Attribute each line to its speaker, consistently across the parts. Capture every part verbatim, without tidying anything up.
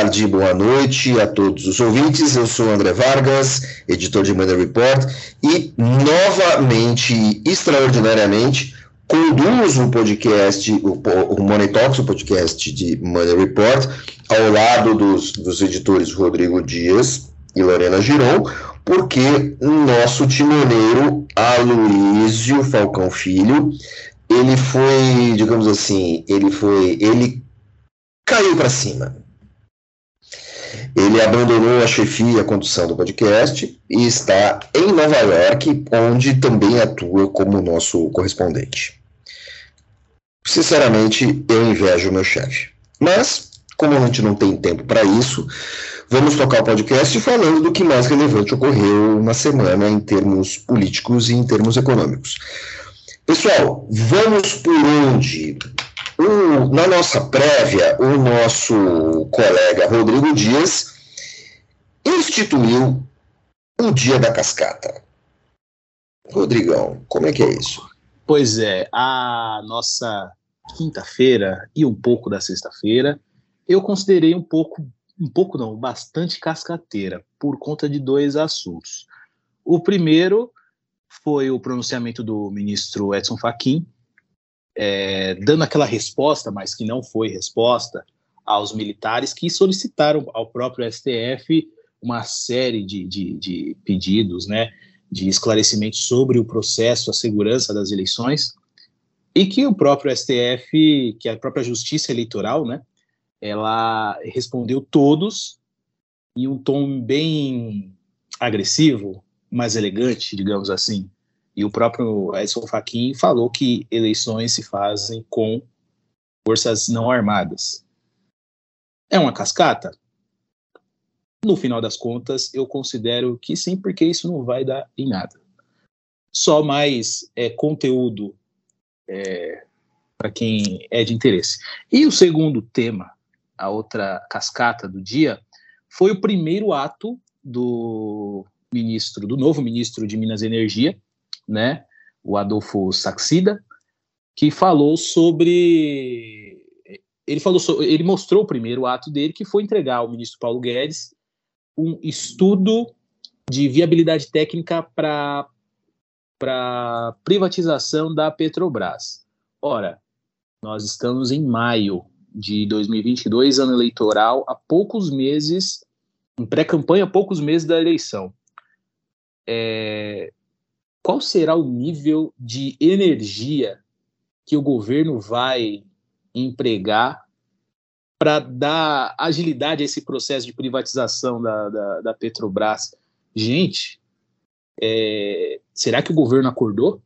Speaker 1: tarde, boa noite a todos os ouvintes. Eu sou André Vargas, editor de Money Report, e novamente, extraordinariamente, conduzo o podcast, o, o Money Talks, o podcast de Money Report, ao lado dos, dos editores Rodrigo Dias e Lorena Giron, porque o nosso timoneiro Aloísio Falcão Filho, ele foi, digamos assim, ele foi, ele caiu para cima. Ele abandonou a chefia e a condução do podcast e está em Nova York, onde também atua como nosso correspondente. Sinceramente, eu invejo o meu chefe. Mas, como a gente não tem tempo para isso, vamos tocar o podcast falando do que mais relevante ocorreu na semana em termos políticos e em termos econômicos. Pessoal, vamos por onde? O, na nossa prévia, o nosso colega Rodrigo Dias instituiu o Dia da Cascata. Rodrigão, como é que é isso?
Speaker 2: Pois é, a nossa quinta-feira e um pouco da sexta-feira, eu considerei um pouco, um pouco não, bastante cascateira, por conta de dois assuntos. O primeiro foi o pronunciamento do ministro Edson Fachin, É, dando aquela resposta, mas que não foi resposta, aos militares que solicitaram ao próprio S T F uma série de, de, de pedidos, né, de esclarecimentos sobre o processo, a segurança das eleições, e que o próprio S T F, que a própria Justiça Eleitoral, né, ela respondeu todos em um tom bem agressivo, mais elegante, digamos assim. E o próprio Edson Fachin falou que eleições se fazem com forças não armadas. É uma cascata? No final das contas, eu considero que sim, porque isso não vai dar em nada. Só mais é, conteúdo é, para quem é de interesse. E o segundo tema, a outra cascata do dia, foi o primeiro ato do ministro, do novo ministro de Minas e Energia, né, o Adolfo Saxida, que falou sobre, ele falou sobre, ele mostrou o primeiro ato dele, que foi entregar ao ministro Paulo Guedes um estudo de viabilidade técnica para para privatização da Petrobras. Ora, nós estamos em maio de dois mil e vinte e dois, ano eleitoral, há poucos meses, em pré-campanha, há poucos meses da eleição. É... Qual será o nível de energia que o governo vai empregar para dar agilidade a esse processo de privatização da, da, da Petrobras? Gente, é, será que o governo acordou?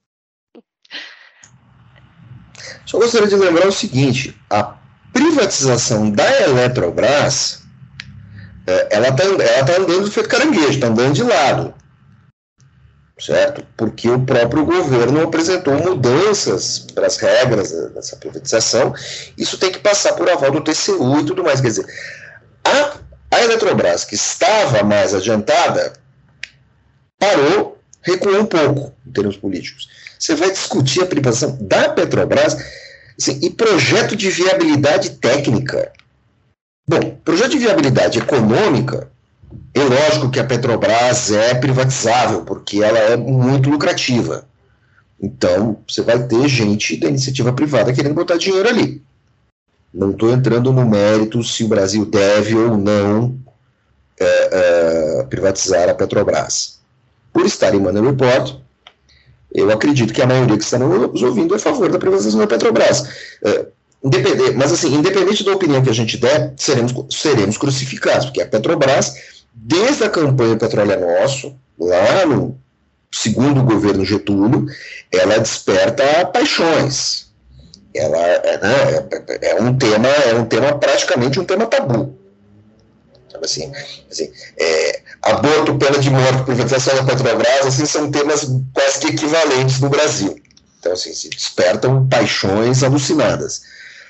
Speaker 1: Só gostaria de lembrar o seguinte: a privatização da Eletrobras, ela está ela tá andando feito caranguejo, está andando de lado. Certo? Porque o próprio governo apresentou mudanças para as regras dessa privatização. Isso tem que passar por aval do T C U e tudo mais. Quer dizer, a, a Eletrobras, que estava mais adiantada, parou, recuou um pouco em termos políticos. Você vai discutir a privatização da Petrobras, assim, e projeto de viabilidade técnica. Bom, projeto de viabilidade econômica, é lógico que a Petrobras é privatizável, porque ela é muito lucrativa. Então, você vai ter gente da iniciativa privada querendo botar dinheiro ali. Não estou entrando no mérito se o Brasil deve ou não é, é, privatizar a Petrobras. Por estar em Money Report, eu acredito que a maioria que está nos ouvindo é a favor da privatização da Petrobras. É, independente, mas, assim, independente da opinião que a gente der, seremos, seremos crucificados, porque a Petrobras, desde a campanha Petróleo é Nosso, lá no segundo governo Getúlio, ela desperta paixões. Ela é, né, é, é um tema, é um tema praticamente um tema tabu. Assim, assim, é, aborto, pena de morte, privatização da Petrobras, assim, são temas quase que equivalentes no Brasil. Então, assim, se despertam paixões alucinadas.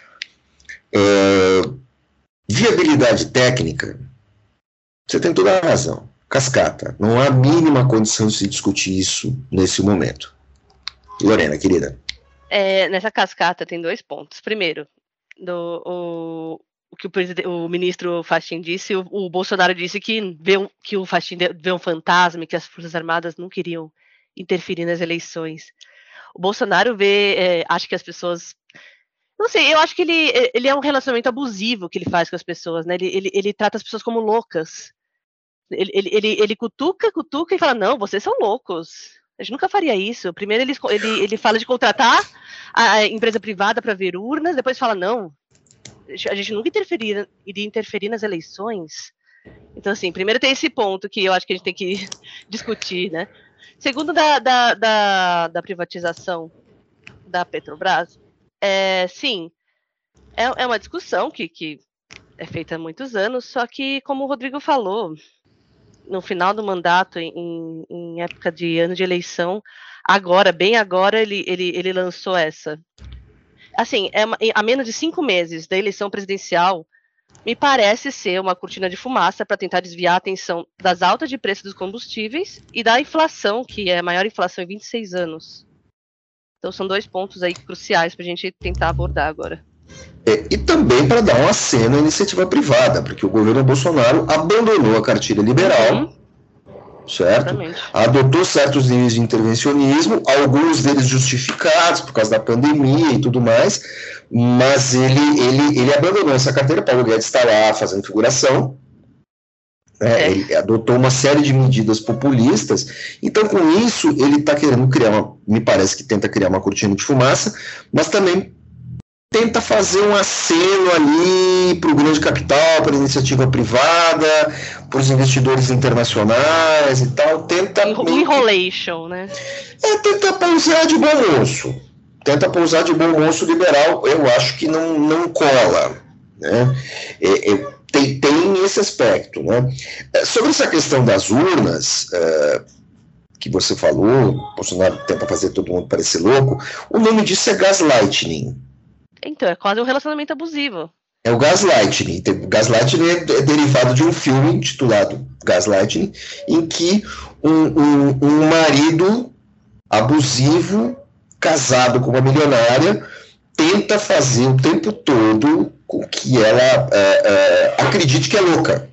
Speaker 1: É, viabilidade técnica, você tem toda a razão. Cascata, não há a mínima condição de se discutir isso nesse momento. Lorena, querida.
Speaker 3: É, nessa cascata tem dois pontos. Primeiro, do, o, o que o, o ministro Fachin disse, o, o Bolsonaro disse que, vê um, que o Fachin vê um fantasma, que as Forças Armadas não queriam interferir nas eleições. O Bolsonaro vê, é, acha que as pessoas... Não sei, eu acho que ele, ele é um relacionamento abusivo que ele faz com as pessoas, né? Ele, ele, ele trata as pessoas como loucas. Ele, ele, ele, ele cutuca, cutuca e fala, não, vocês são loucos. A gente nunca faria isso. Primeiro ele, ele, ele fala de contratar a empresa privada para ver urnas, depois fala, não, a gente nunca interferir, iria interferir nas eleições. Então, assim, primeiro tem esse ponto que eu acho que a gente tem que discutir, né? Segundo, da, da, da, da privatização da Petrobras, é, sim, é, é uma discussão que, que é feita há muitos anos, só que, como o Rodrigo falou, no final do mandato, em, em época de ano de eleição, agora, bem agora, ele, ele, ele lançou essa. Assim, é uma, a menos de cinco meses da eleição presidencial, me parece ser uma cortina de fumaça para tentar desviar a atenção das altas de preço dos combustíveis e da inflação, que é a maior inflação em vinte e seis anos. Então são dois pontos aí cruciais para a gente tentar abordar agora.
Speaker 1: É, e também para dar um aceno à iniciativa privada, porque o governo Bolsonaro abandonou a cartilha liberal, uhum. certo? Exatamente. Adotou certos níveis de intervencionismo, alguns deles justificados por causa da pandemia e tudo mais, mas ele, ele, ele abandonou essa carteira. Paulo Guedes está lá fazendo figuração, né? É. Ele adotou uma série de medidas populistas, então com isso ele está querendo criar uma, me parece que tenta criar uma cortina de fumaça, mas também tenta fazer um aceno ali para o grande capital, para a iniciativa privada, para os investidores internacionais e tal, tenta...
Speaker 3: Um enrolation, né?
Speaker 1: É, tenta pousar de bom moço, tenta pousar de bom moço liberal, eu acho que não, não cola, né? É, é, tem, tem esse aspecto, né? É, sobre essa questão das urnas, é, que você falou, Bolsonaro tenta fazer todo mundo parecer louco, o nome disso é gaslighting.
Speaker 3: Então, é quase um relacionamento abusivo.
Speaker 1: É o gaslighting. O gaslighting é derivado de um filme intitulado Gaslighting, em que um, um, um marido abusivo, casado com uma milionária, tenta fazer o tempo todo com que ela é, é, acredite que é louca.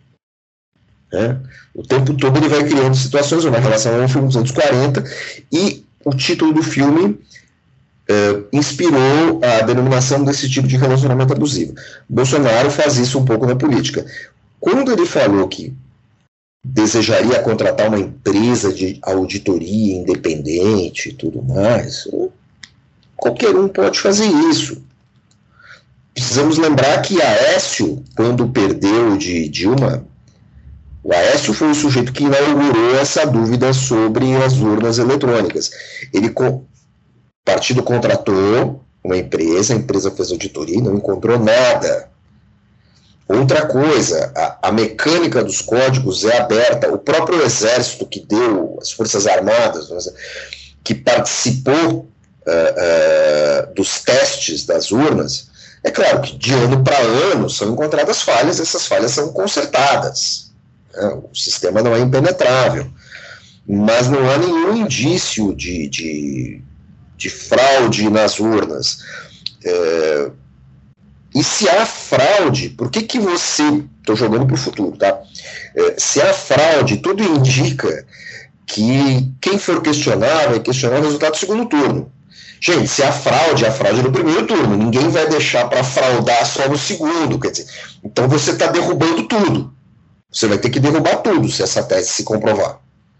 Speaker 1: É? O tempo todo ele vai criando situações, uma relação a um filme dos anos quarenta, e o título do filme... Uh, inspirou a denominação desse tipo de relacionamento abusivo. Bolsonaro faz isso um pouco na política. Quando ele falou que desejaria contratar uma empresa de auditoria independente e tudo mais, qualquer um pode fazer isso. Precisamos lembrar que Aécio, quando perdeu de Dilma, o Aécio foi o sujeito que inaugurou essa dúvida sobre as urnas eletrônicas. Ele... O partido contratou uma empresa, a empresa fez auditoria e não encontrou nada. Outra coisa, a, a mecânica dos códigos é aberta. O próprio Exército que deu, as Forças Armadas, que participou uh, uh, dos testes das urnas, é claro que de ano para ano são encontradas falhas, essas falhas são consertadas. Né? O sistema não é impenetrável. Mas não há nenhum indício de... de de fraude nas urnas. É, e se há fraude, por que que você... Estou jogando para o futuro, tá? É, se há fraude, tudo indica que quem for questionar vai questionar o resultado do segundo turno. Gente, se há fraude, há fraude no primeiro turno. Ninguém vai deixar para fraudar só no segundo. Quer dizer, então você está derrubando tudo. Você vai ter que derrubar tudo se essa tese se comprovar.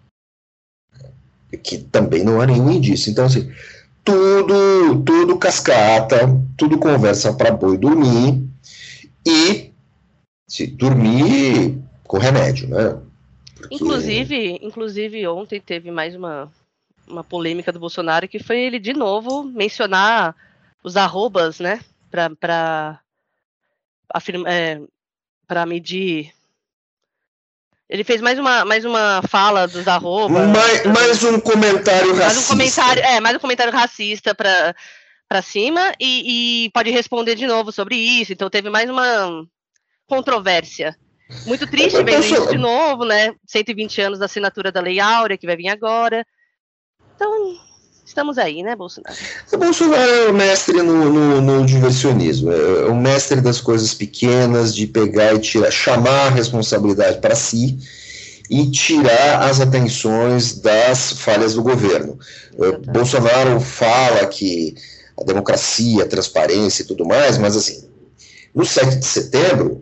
Speaker 1: Que também não há nenhum indício. Então, assim... Tudo, tudo cascata, tudo conversa para boi dormir e se dormir com remédio, né? Porque...
Speaker 3: Inclusive, inclusive, ontem teve mais uma, uma polêmica do Bolsonaro, que foi ele de novo mencionar os arrobas, né? Para é, para medir. Ele fez mais uma, mais uma fala dos arroba.
Speaker 1: Mais, mais um comentário racista.
Speaker 3: Mais um comentário, é, mais um comentário racista para para cima e, e pode responder de novo sobre isso. Então teve mais uma controvérsia. Muito triste ver posso... isso de novo, né? cento e vinte anos da assinatura da Lei Áurea, que vai vir agora. Então, estamos aí, né, Bolsonaro?
Speaker 1: O Bolsonaro é o mestre no, no, no diversionismo, é o mestre das coisas pequenas, de pegar e tirar, chamar a responsabilidade para si e tirar as atenções das falhas do governo. Exatamente. Bolsonaro fala que a democracia, a transparência e tudo mais, mas assim, no sete de setembro,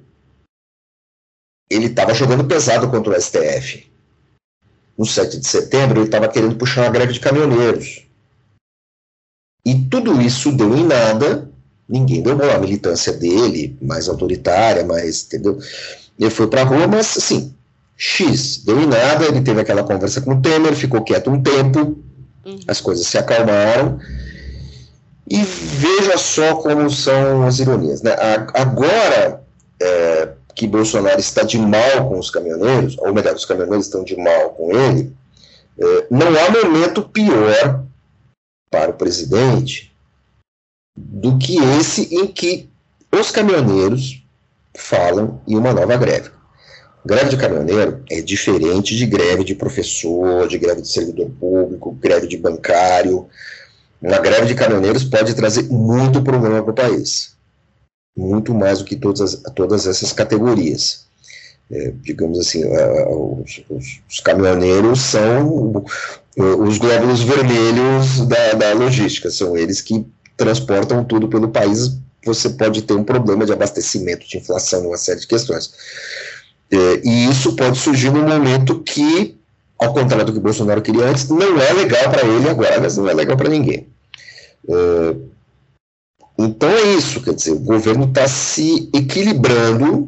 Speaker 1: ele estava jogando pesado contra o S T F. No sete de setembro, ele estava querendo puxar uma greve de caminhoneiros. E tudo isso deu em nada, ninguém deu bola. A militância dele, mais autoritária, mais, entendeu? Ele foi para a rua, mas, assim, X, deu em nada, ele teve aquela conversa com o Temer, ficou quieto um tempo, uhum. As coisas se acalmaram, e veja só como são as ironias, né? Agora é, que Bolsonaro está de mal com os caminhoneiros, ou melhor, os caminhoneiros estão de mal com ele, é, não há momento pior para o presidente do que esse em que os caminhoneiros falam em uma nova greve. Greve de caminhoneiro é diferente de greve de professor, de greve de servidor público, greve de bancário. Uma greve de caminhoneiros pode trazer muito problema para o país. Muito mais do que todas, as, todas essas categorias. É, digamos assim, os, os, os caminhoneiros são os glóbulos vermelhos da, da logística, são eles que transportam tudo pelo país. Você pode ter um problema de abastecimento, de inflação, uma série de questões. É, e isso pode surgir num momento que, ao contrário do que Bolsonaro queria antes, não é legal para ele agora, mas não é legal para ninguém. É, então é isso, quer dizer, o governo está se equilibrando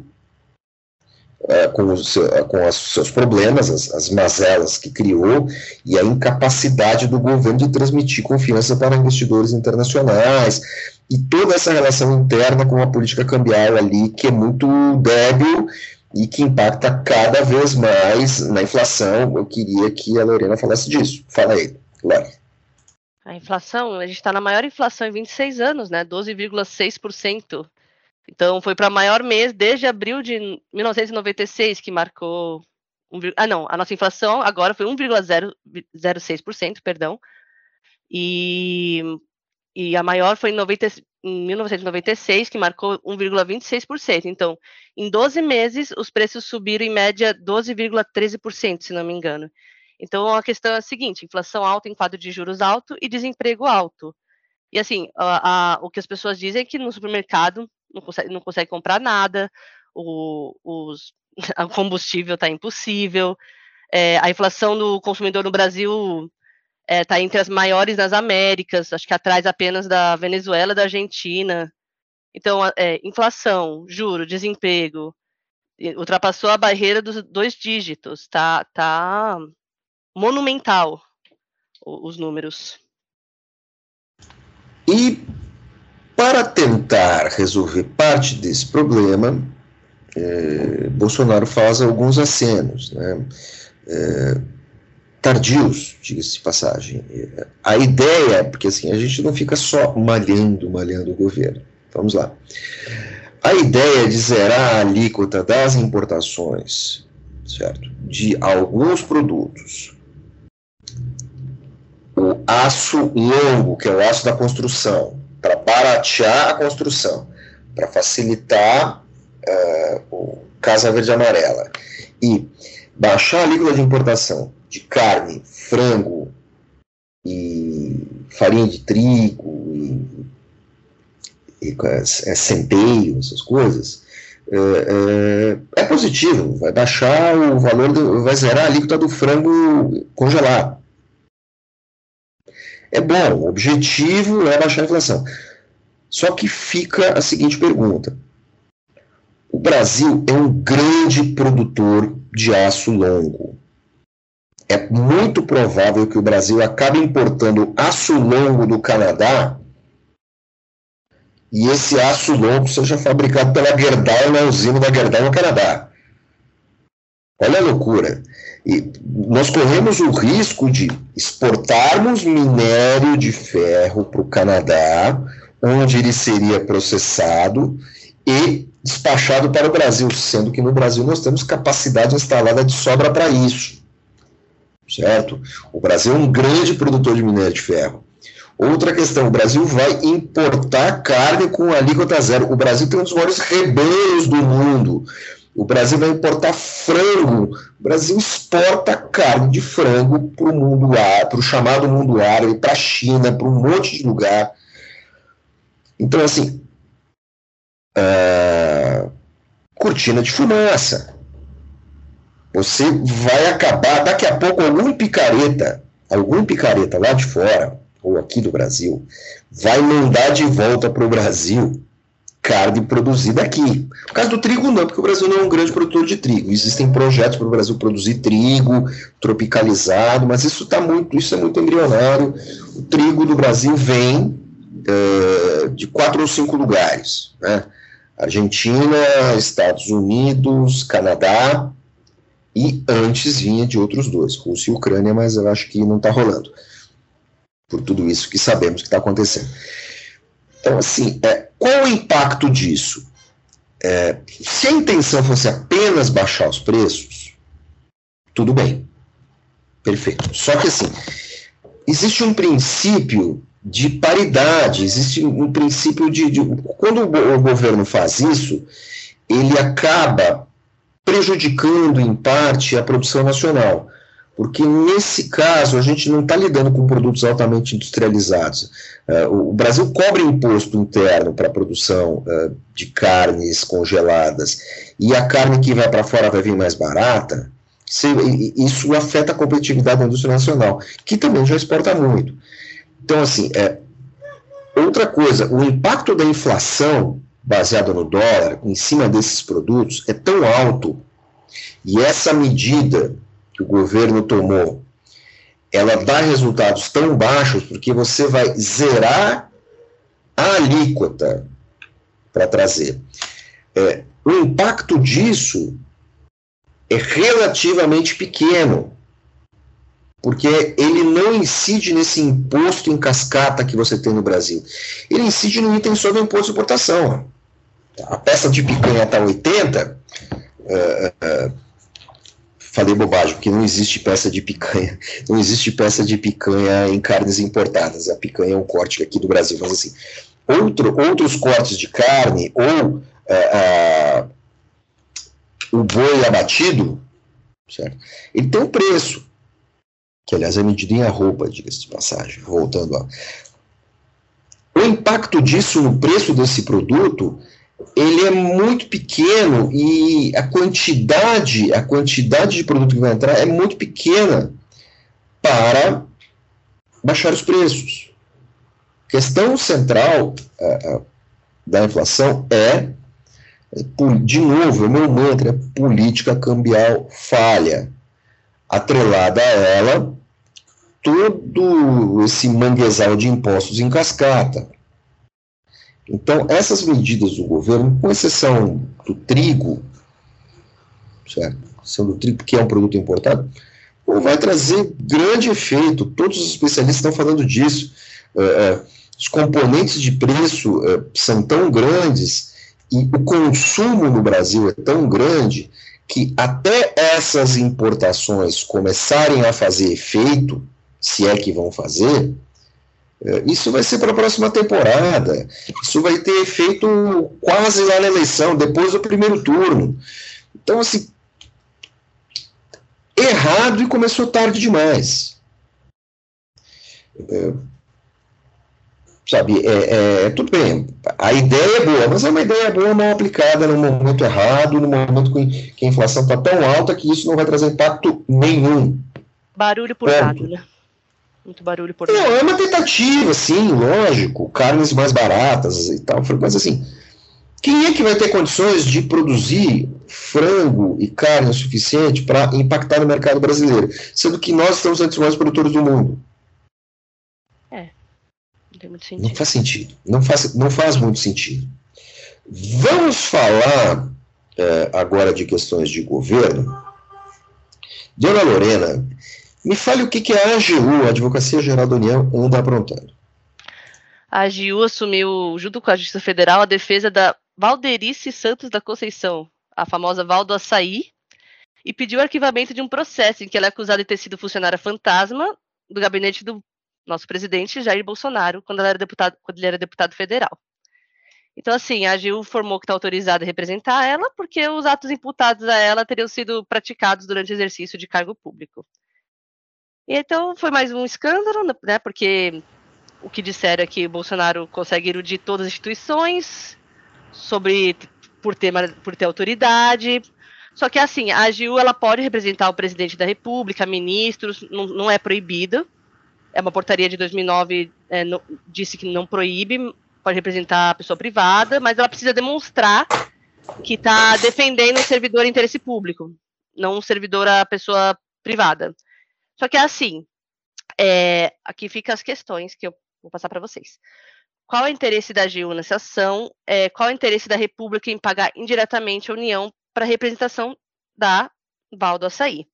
Speaker 1: é, com, os, com os seus problemas, as, as mazelas que criou e a incapacidade do governo de transmitir confiança para investidores internacionais e toda essa relação interna com a política cambial ali, que é muito débil e que impacta cada vez mais na inflação. Eu queria que a Lorena falasse disso. Fala aí, Lore.
Speaker 3: A inflação, a gente está na maior inflação em vinte e seis anos, né? doze vírgula seis por cento. Então, foi para o maior mês desde abril de mil novecentos e noventa e seis, que marcou... Um, ah, não, a nossa inflação agora foi um vírgula zero seis por cento, perdão. E, e a maior foi em, noventa, em mil novecentos e noventa e seis, que marcou um vírgula vinte e seis por cento. Então, em doze meses, os preços subiram em média doze vírgula treze por cento, se não me engano. Então, a questão é a seguinte: inflação alta em quadro de juros alto e desemprego alto. E, assim, a, a, o que as pessoas dizem é que no supermercado não consegue, não consegue comprar nada, o, os, o combustível está impossível, é, a inflação do consumidor no Brasil está é, entre as maiores nas Américas, acho que atrás apenas da Venezuela e da Argentina. Então, é, inflação, juro, desemprego, ultrapassou a barreira dos dois dígitos, tá, tá monumental os números.
Speaker 1: E para tentar resolver parte desse problema, é, Bolsonaro faz alguns acenos, né, é, tardios, diga-se de passagem. A ideia, porque assim, a gente não fica só malhando, malhando o governo. Vamos lá. A ideia de zerar a alíquota das importações, certo, de alguns produtos, o aço longo, que é o aço da construção, para baratear a construção, para facilitar uh, o Casa Verde e Amarela, e baixar a alíquota de importação de carne, frango e farinha de trigo e, e é, centeio, essas coisas, é, é, é positivo, vai baixar o valor, do, vai zerar a alíquota do frango congelado. É bom, o objetivo é baixar a inflação. Só que fica a seguinte pergunta: o Brasil é um grande produtor de aço longo. É muito provável que o Brasil acabe importando aço longo do Canadá e esse aço longo seja fabricado pela Gerdau na usina da Gerdau no Canadá. Olha a loucura. E nós corremos o risco de exportarmos minério de ferro para o Canadá, onde ele seria processado e despachado para o Brasil, sendo que no Brasil nós temos capacidade instalada de sobra para isso. Certo? O Brasil é um grande produtor de minério de ferro. Outra questão, o Brasil vai importar carne com alíquota zero. O Brasil tem um dos maiores rebanhos do mundo. O Brasil vai importar frango. O Brasil exporta carne de frango para o mundo árabe, para o chamado mundo árabe, para a China, para um monte de lugar. Então, assim, uh, cortina de fumaça. Você vai acabar, daqui a pouco, algum picareta, algum picareta lá de fora, ou aqui do Brasil, vai mandar de volta para o Brasil carne produzida aqui. No caso do trigo, não, porque o Brasil não é um grande produtor de trigo. Existem projetos para o Brasil produzir trigo tropicalizado, mas isso tá muito, isso é muito embrionário. O trigo do Brasil vem uh, de quatro ou cinco lugares, né? Argentina, Estados Unidos, Canadá, e antes vinha de outros dois, Rússia e Ucrânia, mas eu acho que não está rolando, por tudo isso que sabemos que está acontecendo. Então, assim, é, qual o impacto disso? É, se a intenção fosse apenas baixar os preços, tudo bem, perfeito. Só que, assim, existe um princípio de paridade, existe um princípio de... de quando o governo faz isso, ele acaba prejudicando, em parte, a produção nacional. Porque, nesse caso, a gente não está lidando com produtos altamente industrializados. Uh, o Brasil cobra imposto interno para a produção uh, de carnes congeladas, e a carne que vai para fora vai vir mais barata. Isso afeta a competitividade da indústria nacional, que também já exporta muito. Então, assim, é, outra coisa, o impacto da inflação baseada no dólar, em cima desses produtos, é tão alto, e essa medida que o governo tomou, ela dá resultados tão baixos, porque você vai zerar a alíquota para trazer. É, o impacto disso é relativamente pequeno, porque ele não incide nesse imposto em cascata que você tem no Brasil. Ele incide no item sobre o imposto de importação. A peça de picanha está oitenta, uh, uh, falei bobagem, porque não existe peça de picanha, não existe peça de picanha em carnes importadas, a picanha é um corte aqui do Brasil, mas assim, outro, outros cortes de carne, ou uh, uh, o boi abatido, certo? Ele tem um preço, que aliás é medido em arroba, diga-se de passagem, voltando lá. O impacto disso no preço desse produto, ele é muito pequeno, e a quantidade, a quantidade de produto que vai entrar é muito pequena para baixar os preços. A questão central uh, uh, da inflação é, de novo, o meu mantra, é política cambial falha. Atrelada a ela, todo esse manguezal de impostos em cascata. Então, essas medidas do governo, com exceção do trigo, certo? Exceção do trigo, que é um produto importado, vai trazer grande efeito. Todos os especialistas estão falando disso. Uh, uh, os componentes de preço uh, são tão grandes, e o consumo no Brasil é tão grande, que até essas importações começarem a fazer efeito, se é que vão fazer, isso vai ser para a próxima temporada. Isso vai ter efeito quase lá na eleição, depois do primeiro turno. Então, assim, errado, e começou tarde demais. É, sabe, é, é, tudo bem, a ideia é boa, mas é uma ideia boa mal aplicada no momento errado, no momento que a inflação está tão alta que isso não vai trazer impacto nenhum.
Speaker 3: Barulho por nada, né? Muito barulho por nada.
Speaker 1: Não, é uma tentativa, sim, lógico, carnes mais baratas e tal, mas assim, quem é que vai ter condições de produzir frango e carne o suficiente para impactar no mercado brasileiro, sendo que nós estamos entre os maiores produtores do mundo?
Speaker 3: É. Não tem muito sentido.
Speaker 1: Não faz sentido. Não faz, não faz muito sentido. Vamos falar é, agora de questões de governo. Dona Lorena, me fale o que, que a AGU, a Advocacia Geral da União, anda aprontando.
Speaker 3: A AGU assumiu, junto com a Justiça Federal, a defesa da Valderice Santos da Conceição, a famosa Val do Açaí, e pediu arquivamento de um processo em que ela é acusada de ter sido funcionária fantasma do gabinete do nosso presidente Jair Bolsonaro, quando, ela era deputado, quando ele era deputado federal. Então, assim, a AGU informou que está autorizada a representar ela porque os atos imputados a ela teriam sido praticados durante o exercício de cargo público. E então foi mais um escândalo, né? Porque o que disseram é que o Bolsonaro consegue erudir todas as instituições sobre por ter, por ter autoridade. Só que, assim, a AGU ela pode representar o presidente da República, ministros, não, não é proibido. É uma portaria de dois mil e nove, é, no, disse que não proíbe, pode representar a pessoa privada, mas ela precisa demonstrar que está defendendo um servidor em interesse público, não um servidor a pessoa privada. Só que é assim, é, aqui ficam as questões que eu vou passar para vocês. Qual é o interesse da AGU nessa ação? É, qual é o interesse da República em pagar indiretamente a União para a representação da Val do Açaí?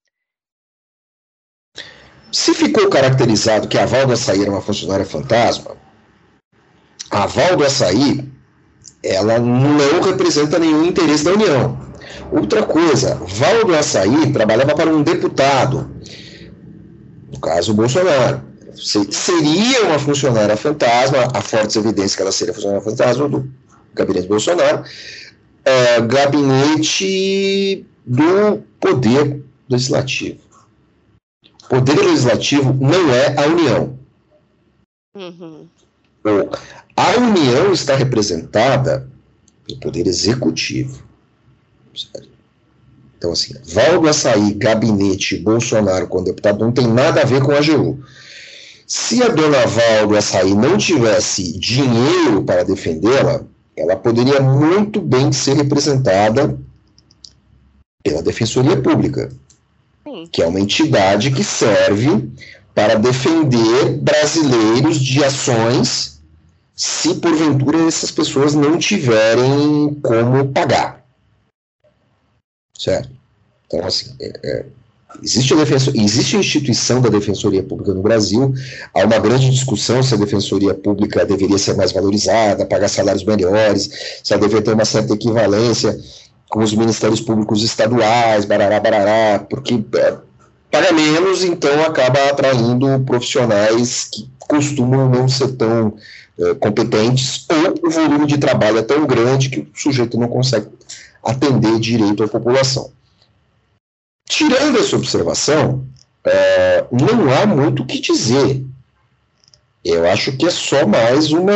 Speaker 1: Se ficou caracterizado que a Val do Açaí era uma funcionária fantasma, a Val do Açaí, ela não representa nenhum interesse da União. Outra coisa, Val do Açaí trabalhava para um deputado, no caso o Bolsonaro. Seria uma funcionária fantasma, há fortes evidências que ela seria funcionária fantasma do gabinete Bolsonaro, é, gabinete do Poder Legislativo. O Poder Legislativo não é a União.
Speaker 3: Uhum.
Speaker 1: A União está representada pelo Poder Executivo. Certo? Então, assim, Val do Açaí, gabinete Bolsonaro com deputado, não tem nada a ver com a AGU. Se a dona Val do Açaí não tivesse dinheiro para defendê-la, ela poderia muito bem ser representada pela Defensoria Pública,
Speaker 3: Sim.
Speaker 1: que é uma entidade que serve para defender brasileiros de ações se porventura essas pessoas não tiverem como pagar. Certo? Então, assim, é, é, existe, a defensor, existe a instituição da Defensoria Pública no Brasil, há uma grande discussão se a Defensoria Pública deveria ser mais valorizada, pagar salários melhores, se ela deveria ter uma certa equivalência com os ministérios públicos estaduais, barará, barará, porque é, paga menos, então acaba atraindo profissionais que costumam não ser tão é, competentes, ou o volume de trabalho é tão grande que o sujeito não consegue atender direito à população. Tirando essa observação, é, não há muito o que dizer. Eu acho que é só mais uma,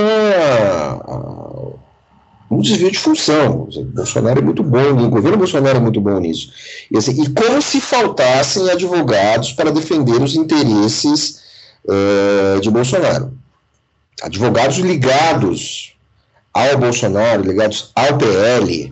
Speaker 1: um desvio de função. O Bolsonaro é muito bom, o governo Bolsonaro é muito bom nisso. E, assim, e como se faltassem advogados para defender os interesses é, de Bolsonaro. Advogados ligados ao Bolsonaro, ligados ao P L.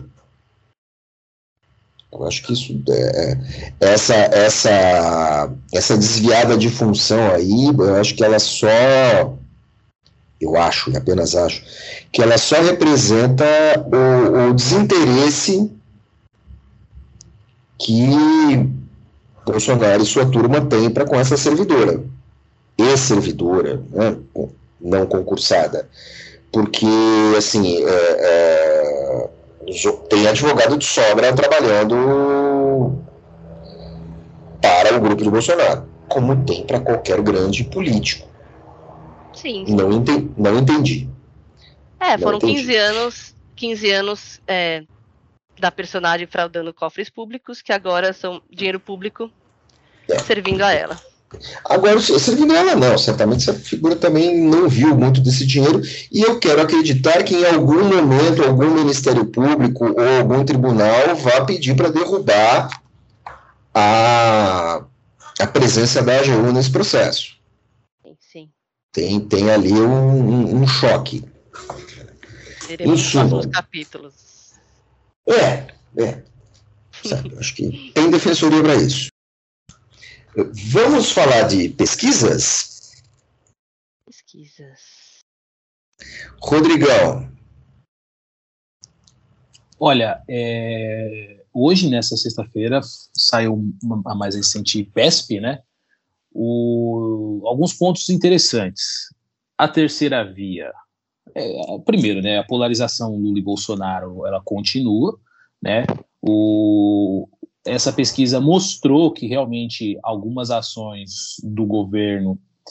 Speaker 1: Eu acho que isso é, essa, essa, essa desviada de função aí, eu acho que ela só, eu acho, e apenas acho, que ela só representa o, o desinteresse que Bolsonaro e sua turma têm para com essa servidora, e-servidora, né, não concursada, porque, assim, é, é, tem advogado de sobra trabalhando para o grupo do Bolsonaro, como tem para qualquer grande político.
Speaker 3: Sim.
Speaker 1: Não, ente, não entendi.
Speaker 3: É,
Speaker 1: não
Speaker 3: foram
Speaker 1: entendi.
Speaker 3: quinze anos, quinze anos é, da personagem fraudando cofres públicos, que agora são dinheiro público
Speaker 1: É.
Speaker 3: servindo a ela.
Speaker 1: Agora, servindo ela não, certamente essa figura também não viu muito desse dinheiro, e eu quero acreditar que em algum momento algum Ministério Público ou algum tribunal vá pedir para derrubar a, a presença da AGU nesse processo.
Speaker 3: Sim, sim.
Speaker 1: Tem, tem ali um, um, um choque.
Speaker 3: Teremos nos próximos capítulos.
Speaker 1: É, é. Sabe, acho que tem defensoria para isso. Vamos falar de pesquisas?
Speaker 3: Pesquisas.
Speaker 1: Rodrigão.
Speaker 2: Olha, é, hoje, nessa sexta-feira, saiu uma, a mais recente P E S P, né? O, alguns pontos interessantes. A terceira via. É, primeiro, né, a polarização Lula e Bolsonaro, ela continua, né? O... Essa pesquisa mostrou que realmente algumas ações do governo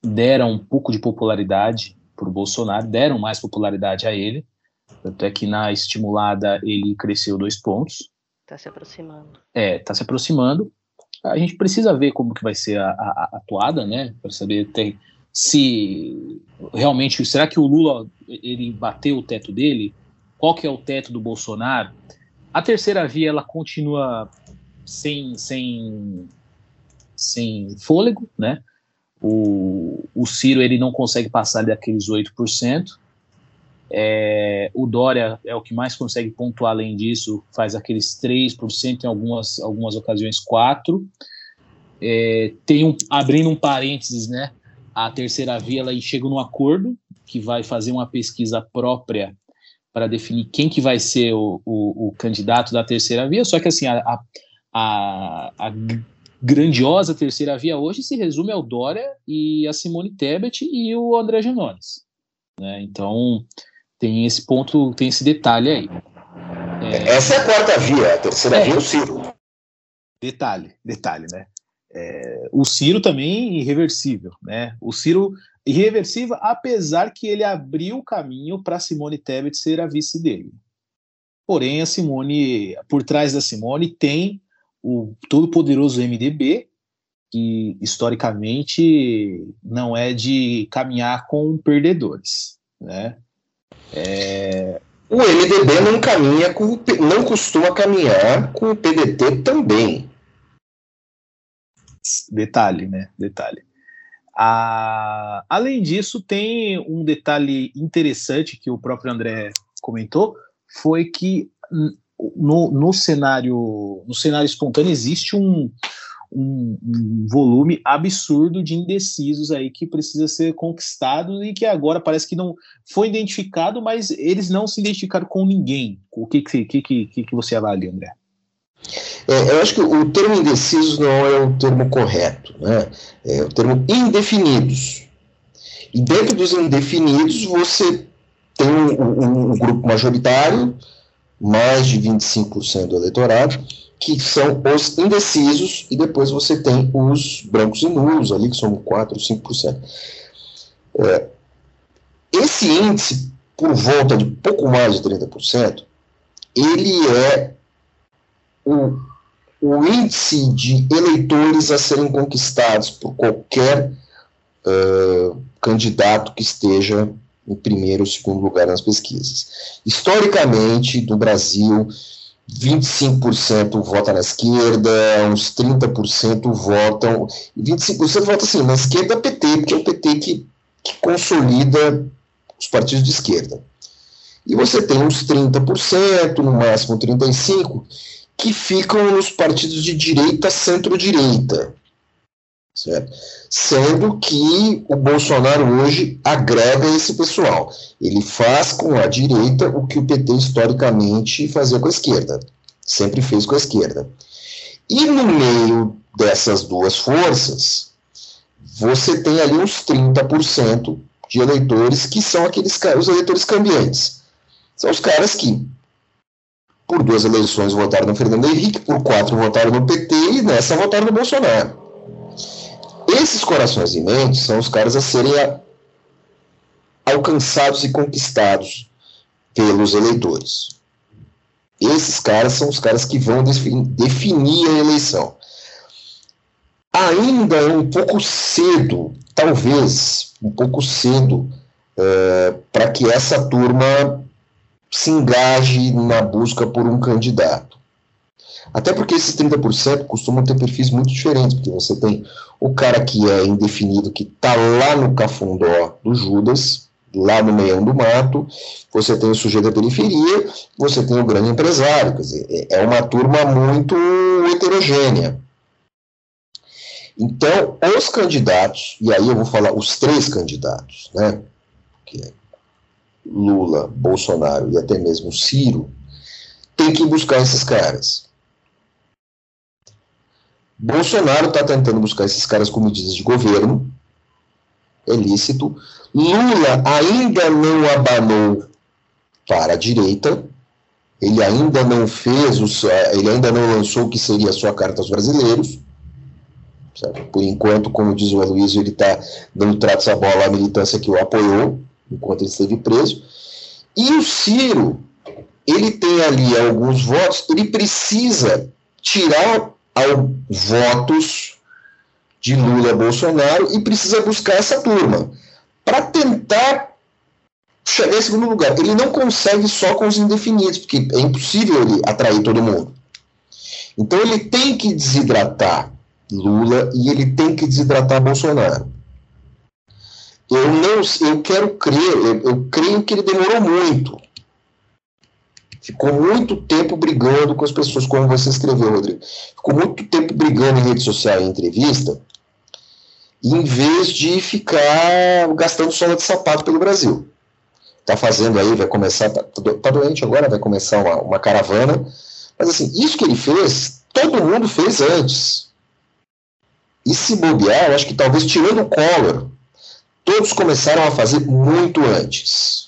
Speaker 2: deram um pouco de popularidade para o Bolsonaro, deram mais popularidade a ele, tanto é que na estimulada ele cresceu dois pontos.
Speaker 3: Está se aproximando.
Speaker 2: É, está se aproximando. A gente precisa ver como que vai ser a, a, a atuada, né, para saber tem, se realmente, será que o Lula ele bateu o teto dele? Qual que é o teto do Bolsonaro? A terceira via, ela continua sem, sem, sem fôlego, né? O, o Ciro, ele não consegue passar daqueles oito por cento. É, o Dória é o que mais consegue pontuar além disso, faz aqueles três por cento, em algumas, algumas ocasiões quatro por cento. É, tem um, abrindo um parênteses, né? A terceira via, ela chega num acordo que vai fazer uma pesquisa própria para definir quem que vai ser o, o, o candidato da terceira via, só que assim, a, a, a, a grandiosa terceira via hoje se resume ao Dória e a Simone Tebet e o André Janones, né? Então tem esse ponto, tem esse detalhe aí.
Speaker 1: É... Essa é a quarta via, a terceira é, via é o Ciro.
Speaker 2: Detalhe, detalhe, né? É, o Ciro também irreversível, né? O Ciro irreversível, apesar que ele abriu o caminho para Simone Tebet ser a vice dele. Porém, a Simone, por trás da Simone, tem o todo-poderoso M D B, que historicamente não é de caminhar com perdedores, né? É...
Speaker 1: O M D B não caminha com, não costuma caminhar com o P D T também.
Speaker 2: Detalhe, né? Detalhe. Ah, além disso, tem um detalhe interessante que o próprio André comentou, foi que no, no cenário no cenário espontâneo existe um, um, um volume absurdo de indecisos aí que precisa ser conquistado e que agora parece que não foi identificado, mas eles não se identificaram com ninguém. O que, que, que, que, que você avalia, André?
Speaker 1: É, eu acho que o termo indecisos não é o termo correto, né? É o termo indefinidos. E dentro dos indefinidos você tem um, um, um grupo majoritário, mais de vinte e cinco por cento do eleitorado, que são os indecisos, e depois você tem os brancos e nulos ali, que são quatro, cinco por cento. É, esse índice, por volta de pouco mais de trinta por cento, ele é O, o índice de eleitores a serem conquistados por qualquer uh, candidato que esteja em primeiro ou segundo lugar nas pesquisas. Historicamente, no Brasil, vinte e cinco por cento vota na esquerda, uns trinta por cento votam, vinte e cinco por cento vota assim, na esquerda P T, porque é o P T que, que consolida os partidos de esquerda. E você tem uns trinta por cento, no máximo trinta e cinco por cento, que ficam nos partidos de direita, centro-direita, certo? Sendo que o Bolsonaro hoje agrega esse pessoal. Ele faz com a direita o que o P T historicamente fazia com a esquerda, sempre fez com a esquerda. E no meio dessas duas forças, você tem ali uns trinta por cento de eleitores que são aqueles os eleitores cambiantes. São os caras que por duas eleições votaram no Fernando Henrique, por quatro votaram no P T e nessa votaram no Bolsonaro. Esses corações e mentes são os caras a serem a, alcançados e conquistados pelos eleitores. Esses caras são os caras que vão definir a eleição. Ainda é um pouco cedo, talvez um pouco cedo, uh, para que essa turma se engaje na busca por um candidato. Até porque esses trinta por cento costumam ter perfis muito diferentes, porque você tem o cara que é indefinido, que está lá no cafundó do Judas, lá no meião do mato, você tem o sujeito da periferia, você tem o grande empresário, quer dizer, é uma turma muito heterogênea. Então, os candidatos, e aí eu vou falar os três candidatos, né, que é Lula, Bolsonaro e até mesmo Ciro, tem que buscar esses caras. Bolsonaro está tentando buscar esses caras com medidas de governo, é lícito. Lula ainda não abanou para a direita, ele ainda não fez, o, ele ainda não lançou o que seria a sua carta aos brasileiros. Sabe? Por enquanto, como diz o Aloysio, ele está dando tratos à bola à militância que o apoiou, enquanto ele esteve preso. E o Ciro, ele tem ali alguns votos, ele precisa tirar votos de Lula Bolsonaro e precisa buscar essa turma para tentar chegar em segundo lugar. Ele não consegue só com os indefinidos, porque é impossível ele atrair todo mundo. Então ele tem que desidratar Lula e ele tem que desidratar Bolsonaro. Eu não, eu quero crer, eu, eu creio que ele demorou muito. Ficou muito tempo brigando com as pessoas, como você escreveu, Rodrigo. Ficou muito tempo brigando em rede social e em entrevista, em vez de ficar gastando sola de sapato pelo Brasil. Tá fazendo aí, vai começar, tá, tá doente agora, vai começar uma, uma caravana. Mas assim, isso que ele fez, todo mundo fez antes. E se bobear, eu acho que talvez tirando o Collor, todos começaram a fazer muito antes.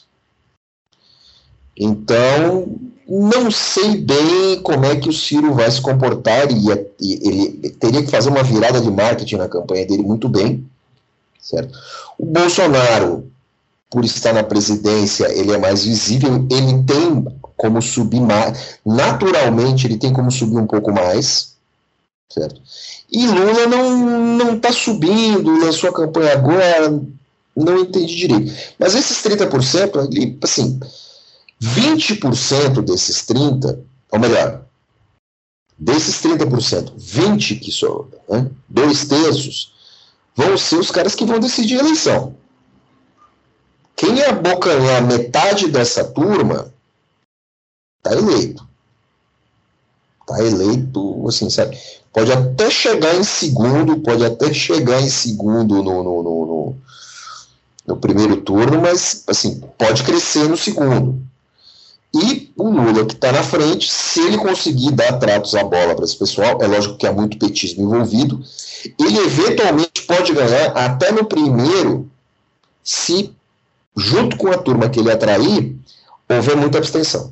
Speaker 1: Então, não sei bem como é que o Ciro vai se comportar, e ele teria que fazer uma virada de marketing na campanha dele muito bem, certo? O Bolsonaro, por estar na presidência, ele é mais visível, ele tem como subir mais, naturalmente ele tem como subir um pouco mais, certo? E Lula não está subindo na sua campanha agora, não entendi direito. Mas esses trinta por cento, ele, assim... vinte por cento desses trinta por cento, ou melhor, desses trinta por cento, vinte por cento que são, né, dois terços, vão ser os caras que vão decidir a eleição. Quem abocanhar metade dessa turma, está eleito. Está eleito, assim, sabe? Pode até chegar em segundo, pode até chegar em segundo no, no, no, no, no primeiro turno, mas, assim, pode crescer no segundo. E o Lula, que está na frente, se ele conseguir dar tratos à bola para esse pessoal, é lógico que há muito petismo envolvido, ele eventualmente pode ganhar até no primeiro, se, junto com a turma que ele atrair, houver muita abstenção.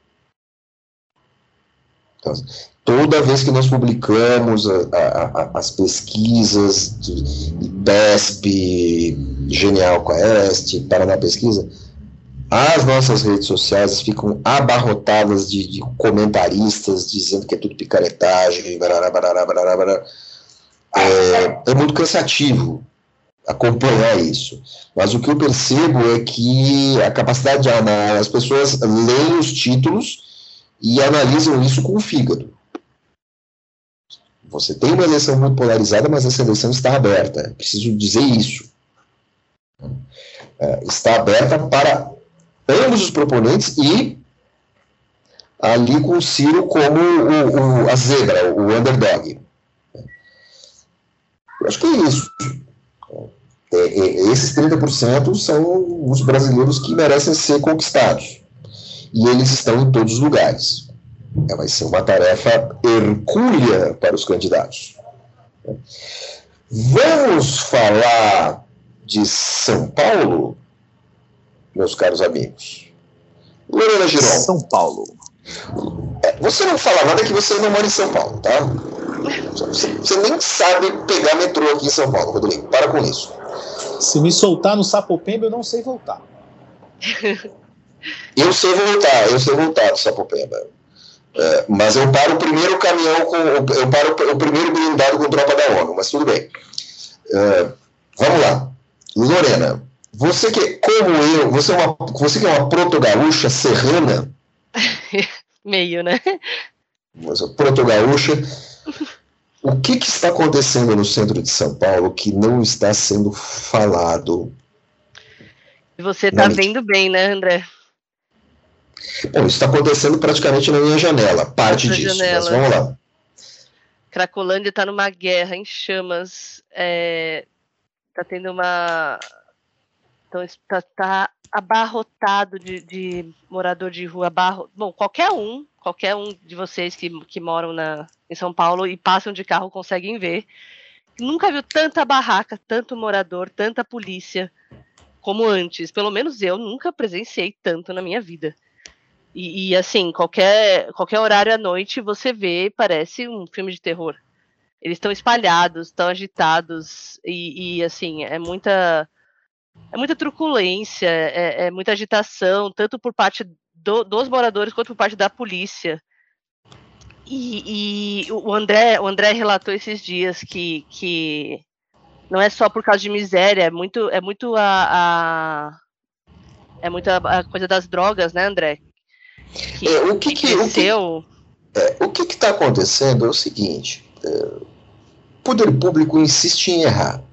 Speaker 1: Então, toda vez que nós publicamos a, a, a, as pesquisas de I P E S P, Genial Quest, Paraná Pesquisa, as nossas redes sociais ficam abarrotadas de, de comentaristas dizendo que é tudo picaretagem, barará, barará, barará, barará. É, é muito cansativo acompanhar isso. Mas o que eu percebo é que a capacidade de analisar, as pessoas leem os títulos e analisam isso com o fígado. Você tem uma eleição muito polarizada, mas essa eleição está aberta. Preciso dizer isso. É, está aberta para ambos os proponentes e ali com o Ciro como o, o, a zebra, o underdog. Eu acho que é isso. É, é, esses trinta por cento são os brasileiros que merecem ser conquistados. E eles estão em todos os lugares. É, vai ser uma tarefa hercúlea para os candidatos. Vamos falar de São Paulo, meus caros amigos. Lorena Giron.
Speaker 2: São Paulo.
Speaker 1: É, você não fala nada que você não mora em São Paulo, tá? Você, você nem sabe pegar metrô aqui em São Paulo, Rodrigo. Para com isso.
Speaker 2: Se me soltar no Sapopemba, eu não sei voltar.
Speaker 1: Eu sei voltar, eu sei voltar do Sapopemba. É, mas eu paro o primeiro caminhão, com, eu paro o primeiro blindado com tropa da ONU, mas tudo bem. É, vamos lá. Lorena, você que, como eu, você, é uma, você que é uma proto-gaúcha serrana.
Speaker 3: Meio, né?
Speaker 1: Você, proto-gaúcha. O que, que está acontecendo no centro de São Paulo que não está sendo falado?
Speaker 3: Você está vendo bem, né, André?
Speaker 1: Bom, isso está acontecendo praticamente na minha janela, parte
Speaker 3: Nossa
Speaker 1: disso,
Speaker 3: janela.
Speaker 1: Mas vamos lá.
Speaker 3: Cracolândia está numa guerra em chamas, é, tá tendo uma... Então está tá abarrotado de, de morador de rua, abarro... bom, qualquer um, qualquer um de vocês que, que moram na, em São Paulo e passam de carro conseguem ver, nunca viu tanta barraca, tanto morador, tanta polícia como antes, pelo menos eu nunca presenciei tanto na minha vida. E, e assim, qualquer, qualquer horário à noite você vê, parece um filme de terror. eles estão espalhados, estão agitados, e, e assim, é muita, é muita truculência, é, é muita agitação, tanto por parte do, dos moradores quanto por parte da polícia. E, e o, André, o André relatou esses dias que, que não é só por causa de miséria, é muito, é muito a, a é muito a, a coisa das drogas, né, André? Que,
Speaker 1: é, o que, que,
Speaker 3: que cresceu...
Speaker 1: o que é, o que está acontecendo é o seguinte, é, o poder público insiste em errar.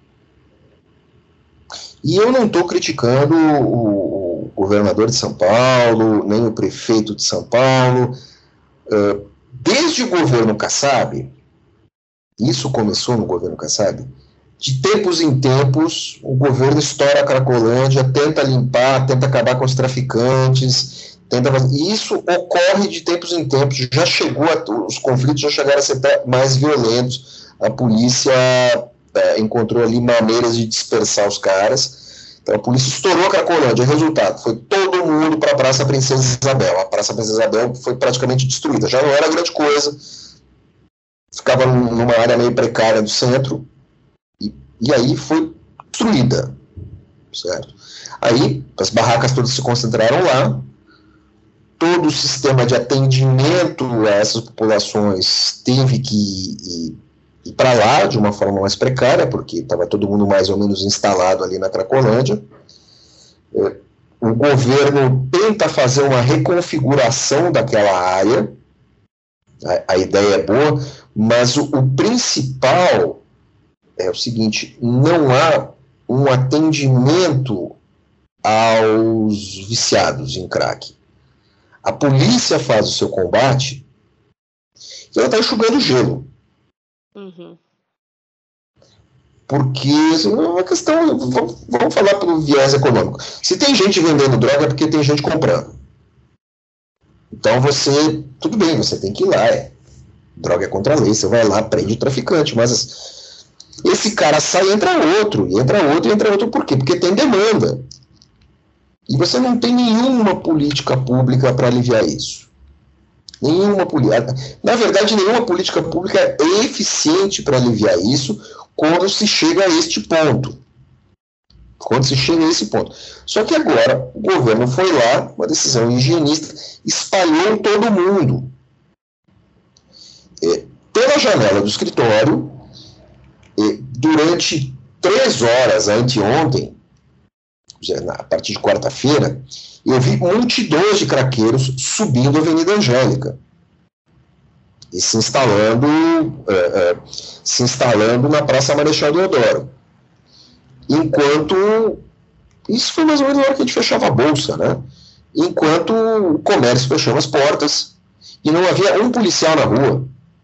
Speaker 1: E eu não estou criticando o, o governador de São Paulo, nem o prefeito de São Paulo. Uh, desde o governo Kassab, isso começou no governo Kassab, de tempos em tempos, o governo estoura a Cracolândia, tenta limpar, tenta acabar com os traficantes, tenta fazer... E isso ocorre de tempos em tempos, já chegou, a... os conflitos já chegaram a ser mais violentos, a polícia é, encontrou ali maneiras de dispersar os caras, então a polícia estourou a Cracolândia, resultado, foi todo mundo para a Praça Princesa Isabel, a Praça Princesa Isabel foi praticamente destruída, já não era grande coisa, ficava numa área meio precária do centro, e, e aí foi destruída, certo? Aí as barracas todas se concentraram lá, todo o sistema de atendimento a essas populações teve que ir, ir para lá de uma forma mais precária, porque estava todo mundo mais ou menos instalado ali na Cracolândia. O governo tenta fazer uma reconfiguração daquela área, a, a ideia é boa, mas o, o principal é o seguinte, não há um atendimento aos viciados em crack. A polícia faz o seu combate e ela está enxugando gelo.
Speaker 3: Uhum.
Speaker 1: Porque é uma questão, vamos, vamos falar pelo viés econômico. Se tem gente vendendo droga é porque tem gente comprando. Então você, tudo bem, você tem que ir lá, é, droga é contra a lei, você vai lá, prende o traficante, mas esse cara sai, entra outro, e entra outro, e entra outro, por quê? Porque tem demanda. E você não tem nenhuma política pública para aliviar isso. Nenhuma política. Na verdade, nenhuma política pública é eficiente para aliviar isso quando se chega a este ponto. Quando se chega a esse ponto. Só que agora, o governo foi lá, uma decisão higienista, espalhou todo mundo. É, pela janela do escritório, é, durante três horas anteontem, a partir de quarta-feira, eu vi multidões de craqueiros subindo a Avenida Angélica e se instalando, é, é, se instalando na Praça Marechal Deodoro. Enquanto, isso foi mais ou menos na hora que a gente fechava a bolsa, né? Enquanto o comércio fechava as portas e não havia um policial na rua.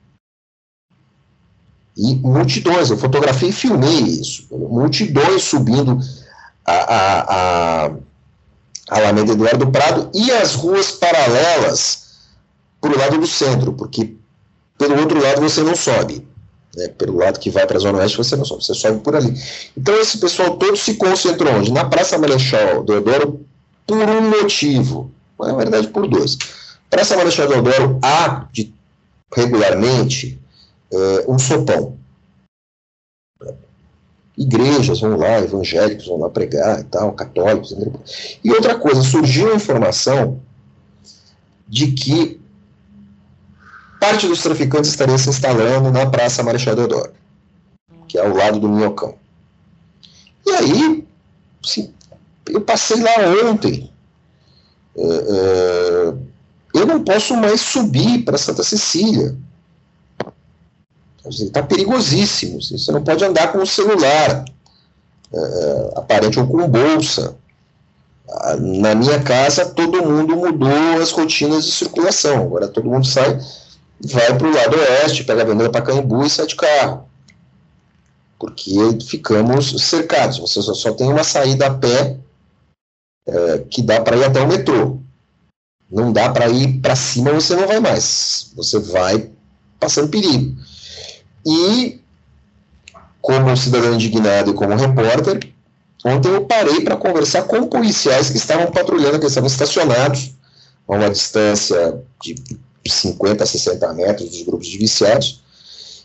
Speaker 1: E multidões, eu fotografei e filmei isso, multidões subindo a, a, a, a Alameda Eduardo Prado e as ruas paralelas para o lado do centro, porque pelo outro lado você não sobe, né? Pelo lado que vai para a Zona Oeste você não sobe, você sobe por ali. Então esse pessoal todo se concentrou onde? Na Praça Marechal Deodoro, por um motivo, na verdade por dois. Praça Marechal Deodoro há de, regularmente é, um sopão. Igrejas vão lá, evangélicos vão lá pregar e tal, católicos. E outra coisa, surgiu a informação de que parte dos traficantes estaria se instalando na Praça Marechal Deodoro, que é ao lado do Minhocão. E aí, assim, eu passei lá ontem. É, é, eu não posso mais subir para Santa Cecília. Está perigosíssimo. Você não pode andar com o celular é, aparente ou com bolsa. Na minha casa, todo mundo mudou as rotinas de circulação. Agora todo mundo sai, vai para o lado oeste, pega a Avenida Pacaembu e sai de carro. Porque ficamos cercados. Você só, só tem uma saída a pé é, que dá para ir até o metrô. Não dá para ir para cima, você não vai mais. Você vai passando perigo. E, como cidadão indignado e como repórter, ontem eu parei para conversar com policiais que estavam patrulhando, que estavam estacionados a uma distância de cinquenta a sessenta metros dos grupos de viciados,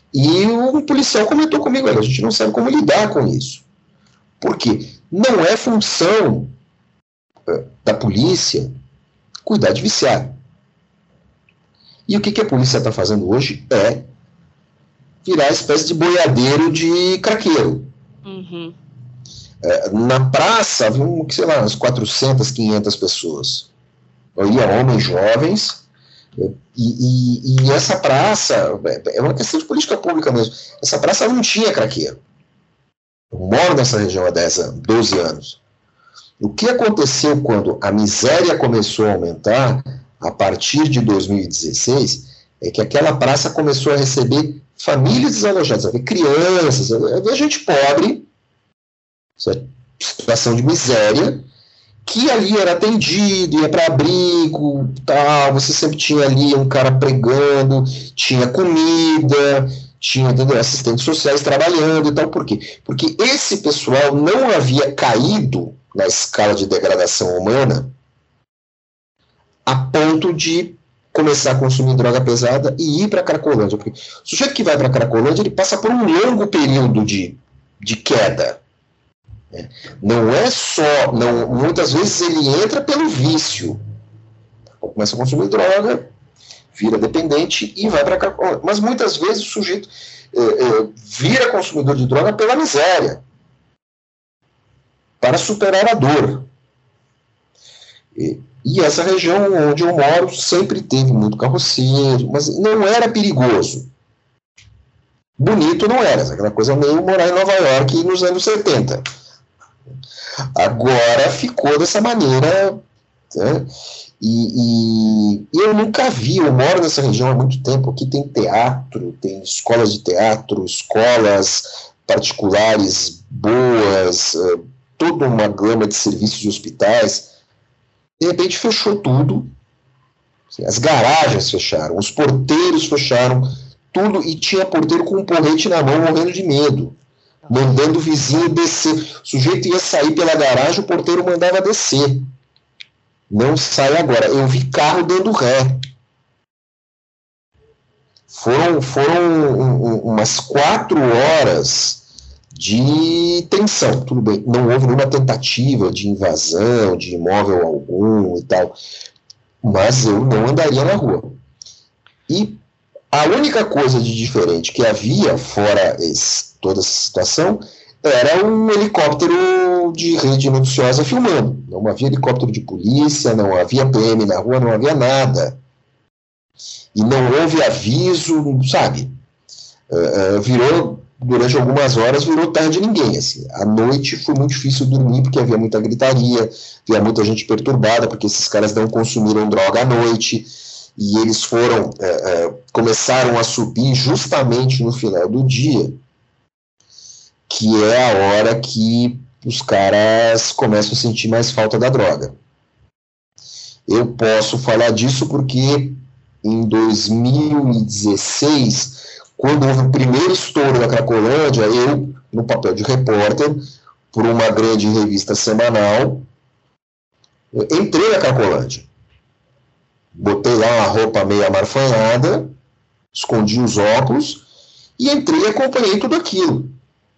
Speaker 1: E um policial comentou comigo, a gente não sabe como lidar com isso. Por quê? Não é função uh, da polícia cuidar de viciado. E o que, que a polícia está fazendo hoje é virar espécie de boiadeiro de craqueiro. Uhum. É, na praça, havia, sei lá, umas quatrocentas, quinhentas pessoas. Ia homens jovens, e, e, e essa praça, é uma questão de política pública mesmo, essa praça não tinha craqueiro. Eu moro nessa região há dez anos, doze anos. O que aconteceu quando a miséria começou a aumentar, a partir de dois mil e dezesseis, é que aquela praça começou a receber famílias desalojadas, a ver crianças, a ver gente pobre, situação de miséria, que ali era atendido, ia para abrigo, tal, você sempre tinha ali um cara pregando, tinha comida, tinha, entendeu, assistentes sociais trabalhando e tal. Por quê? Porque esse pessoal não havia caído na escala de degradação humana a ponto de começar a consumir droga pesada e ir para a Cracolândia. Porque o sujeito que vai para a Cracolândia, ele passa por um longo período de, de queda. Não é só, não, muitas vezes ele entra pelo vício, começa a consumir droga, vira dependente e vai para cá. Mas muitas vezes o sujeito é, é, vira consumidor de droga pela miséria, para superar a dor. E, e essa região onde eu moro sempre teve muito carroceiro, mas não era perigoso. Bonito não era, aquela coisa meio morar em Nova York nos anos setenta. Agora ficou dessa maneira, né? e, e, e eu nunca vi, eu moro nessa região há muito tempo, aqui tem teatro, tem escolas de teatro, escolas particulares boas, uh, toda uma gama de serviços de hospitais. De repente fechou tudo, assim, as garagens fecharam, os porteiros fecharam, tudo, e tinha porteiro com um porrete na mão morrendo de medo, mandando o vizinho descer. O sujeito ia sair pela garagem, o porteiro mandava descer. Não sai agora. Eu vi carro dando ré. Foram, foram um, um, umas quatro horas de tensão. Tudo bem, não houve nenhuma tentativa de invasão, de imóvel algum e tal. Mas eu não andaria na rua. E a única coisa de diferente que havia, fora esse, toda essa situação, era um helicóptero de rede noticiosa filmando. Não havia helicóptero de polícia, não havia P M na rua, não havia nada. E não houve aviso, sabe? Uh, uh, virou, durante algumas horas, virou terra de ninguém. Assim. À noite foi muito difícil dormir, porque havia muita gritaria, havia muita gente perturbada, porque esses caras não consumiram droga à noite. E eles foram, é, é, começaram a subir justamente no final do dia, que é a hora que os caras começam a sentir mais falta da droga. Eu posso falar disso porque em dois mil e dezesseis, quando houve o primeiro estouro da Cracolândia, eu, no papel de repórter, por uma grande revista semanal, entrei na Cracolândia. Botei lá uma roupa meio amarfanhada, escondi os óculos e entrei e acompanhei tudo aquilo.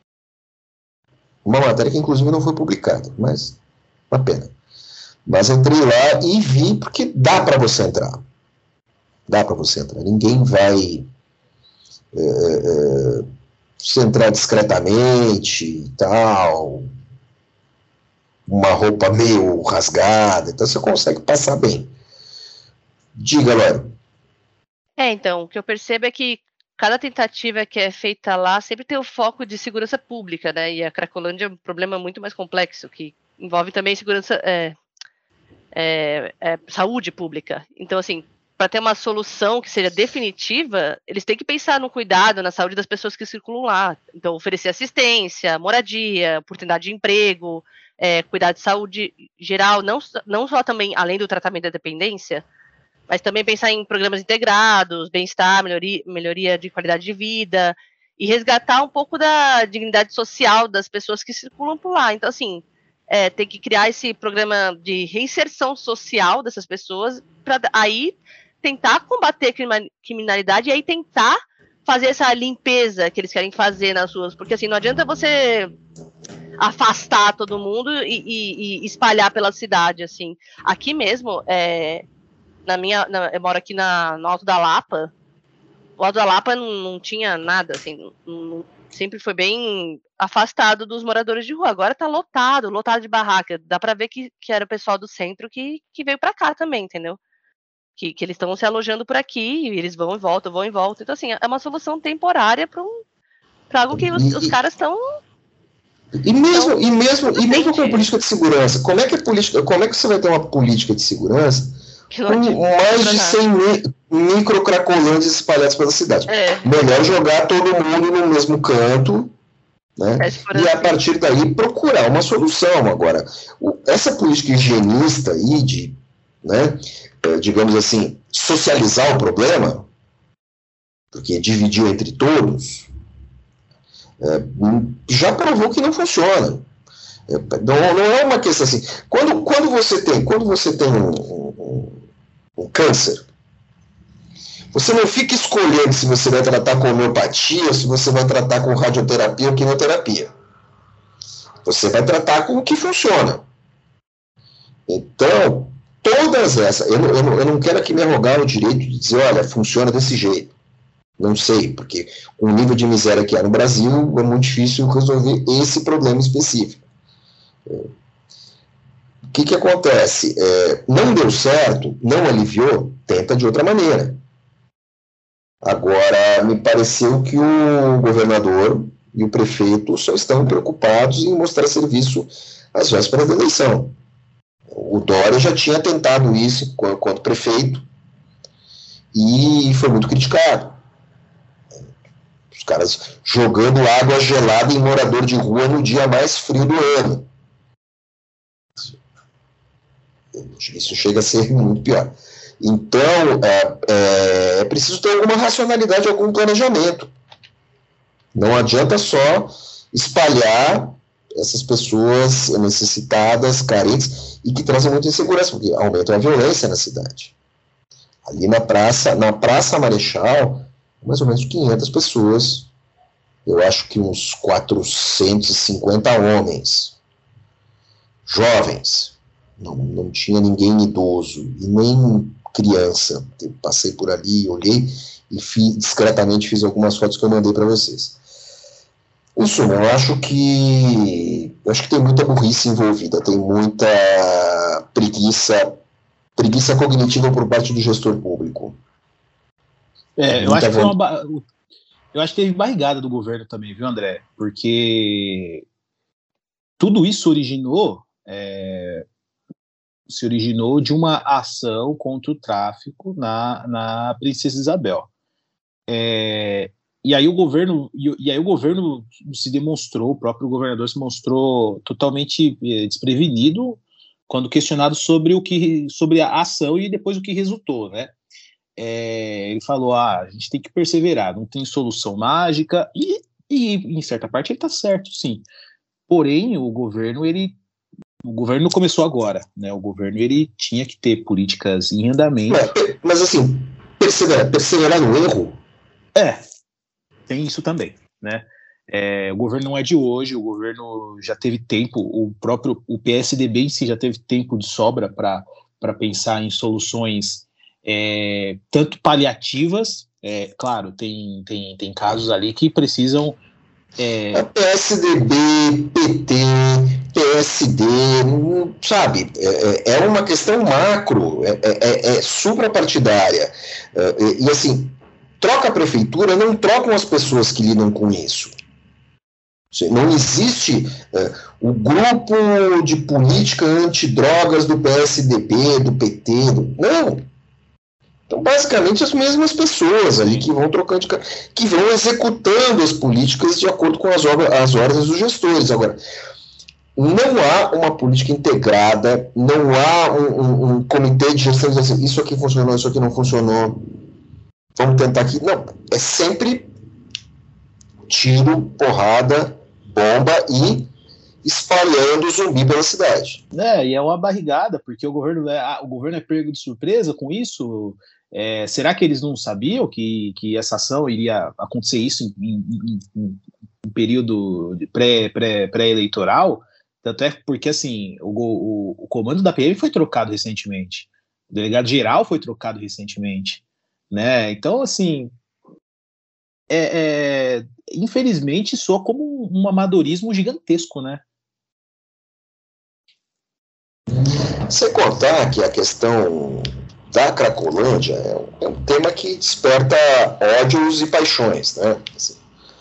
Speaker 1: Uma matéria que inclusive não foi publicada, mas uma pena. Mas entrei lá e vi, porque dá para você entrar. Dá para você entrar. Ninguém vai é, é, se entrar discretamente e tal, uma roupa meio rasgada, então você consegue passar bem. Diga, Laura.
Speaker 3: É, então, o que eu percebo é que cada tentativa que é feita lá sempre tem o foco de segurança pública, né? E a Cracolândia é um problema muito mais complexo, que envolve também segurança, é, é, é, saúde pública. Então, assim, para ter uma solução que seja definitiva, eles têm que pensar no cuidado, na saúde das pessoas que circulam lá. Então, oferecer assistência, moradia, oportunidade de emprego, é, cuidar de saúde geral, não, não só também, além do tratamento da dependência, mas também pensar em programas integrados, bem-estar, melhoria, melhoria de qualidade de vida, e resgatar um pouco da dignidade social das pessoas que circulam por lá. Então, assim, é, tem que criar esse programa de reinserção social dessas pessoas, para aí tentar combater a criminalidade e aí tentar fazer essa limpeza que eles querem fazer nas ruas, porque assim, não adianta você afastar todo mundo e, e, e espalhar pela cidade, assim. Aqui mesmo, é, na minha, na, eu moro aqui na, no Alto da Lapa, o Alto da Lapa não, não tinha nada, assim, não, sempre foi bem afastado dos moradores de rua, agora tá lotado, lotado de barraca, dá pra ver que, que era o pessoal do centro que, que veio pra cá também, entendeu? Que, que eles estão se alojando por aqui, e eles vão e voltam, vão e voltam, então assim, é uma solução temporária pra, um, pra algo que os,
Speaker 1: E-
Speaker 3: os caras estão...
Speaker 1: E mesmo, e mesmo, e mesmo com
Speaker 3: Gente.
Speaker 1: política de segurança, como é que a política, como é que você vai ter uma política de segurança
Speaker 3: Que não
Speaker 1: com
Speaker 3: adianta
Speaker 1: mais de
Speaker 3: nada.
Speaker 1: cem mi- microcracolândias espalhadas pela cidade?
Speaker 3: É.
Speaker 1: Melhor jogar todo mundo no mesmo canto, né?
Speaker 3: É, se for
Speaker 1: E a
Speaker 3: assim.
Speaker 1: partir daí procurar uma solução. Agora, o- essa política higienista aí de, né, eh, digamos assim, socializar o problema, porque dividiu entre todos, é, já provou que não funciona. É, não, não é uma questão assim. Quando, quando você tem, quando você tem um, um, um câncer, você não fica escolhendo se você vai tratar com homeopatia ou se você vai tratar com radioterapia ou quimioterapia. Você vai tratar com o que funciona. Então, todas essas. Eu, não- eu, não- eu não quero aqui me arrogar o direito de dizer, olha, funciona desse jeito. Não sei, porque com o nível de miséria que há no Brasil, é muito difícil resolver esse problema específico. O que, que acontece? É, não deu certo, não aliviou, tenta de outra maneira. Agora, me pareceu que o governador e o prefeito só estão preocupados em mostrar serviço às vésperas da eleição. O Dória já tinha tentado isso quanto prefeito e foi muito criticado. Os caras jogando água gelada em morador de rua no dia mais frio do ano. Isso chega a ser muito pior. Então, é, é, é preciso ter alguma racionalidade, algum planejamento. Não adianta só espalhar essas pessoas necessitadas, carentes, e que trazem muita insegurança, porque aumenta a violência na cidade. Ali na praça, na Praça Marechal, mais ou menos quinhentas pessoas, eu acho que uns quatrocentos e cinquenta homens, jovens, não, não tinha ninguém idoso, e nem criança. Eu passei por ali, olhei, e fiz, discretamente fiz algumas fotos que eu mandei para vocês. Em suma, eu acho que eu acho que tem muita burrice envolvida, tem muita preguiça, preguiça cognitiva por parte do gestor público.
Speaker 2: É, eu acho que foi uma ba... eu acho que teve barrigada do governo também, viu, André? Porque tudo isso originou é, se originou de uma ação contra o tráfico na, na Princesa Isabel. É, e aí o governo e, e aí o governo se demonstrou, o próprio governador se mostrou totalmente é, desprevenido quando questionado sobre o que sobre a ação e depois o que resultou, né? É, ele falou, ah, a gente tem que perseverar, não tem solução mágica, e, e em certa parte ele está certo, sim. Porém, o governo, ele o governo não começou agora, né? O governo, ele tinha que ter políticas em andamento.
Speaker 1: Mas, mas assim, perseverar, perseverar no erro?
Speaker 2: É, tem isso também, né? É, o governo não é de hoje, o governo já teve tempo, o próprio o P S D B em si já teve tempo de sobra para pensar em soluções é, tanto paliativas, é, claro, tem, tem, tem casos ali que precisam... É...
Speaker 1: A P S D B, P T, P S D, sabe, é, é uma questão macro, é, é, é suprapartidária, é, e assim, troca a prefeitura, não trocam as pessoas que lidam com isso. Não existe é, o grupo de política antidrogas do P S D B, do P T, do... não. Então, basicamente, as mesmas pessoas ali que vão trocando, de, que vão executando as políticas de acordo com as, as ordens dos gestores. Agora, não há uma política integrada, não há um, um, um comitê de gestão dizendo assim, isso aqui funcionou, isso aqui não funcionou, vamos tentar aqui. Não, é sempre tiro, porrada, bomba e espalhando o zumbi pela cidade.
Speaker 2: É, e é uma barrigada, porque o governo é, o governo é pego de surpresa com isso. É, será que eles não sabiam que, que essa ação iria acontecer isso em, em, em, em período pré, pré, pré-eleitoral? Tanto é porque, assim, o, o, o comando da P M foi trocado recentemente, o delegado-geral foi trocado recentemente, né? Então, assim, é, é, infelizmente soa como um amadorismo gigantesco, né?
Speaker 1: Sem contar que a questão da Cracolândia é um tema que desperta ódios e paixões, né? Assim,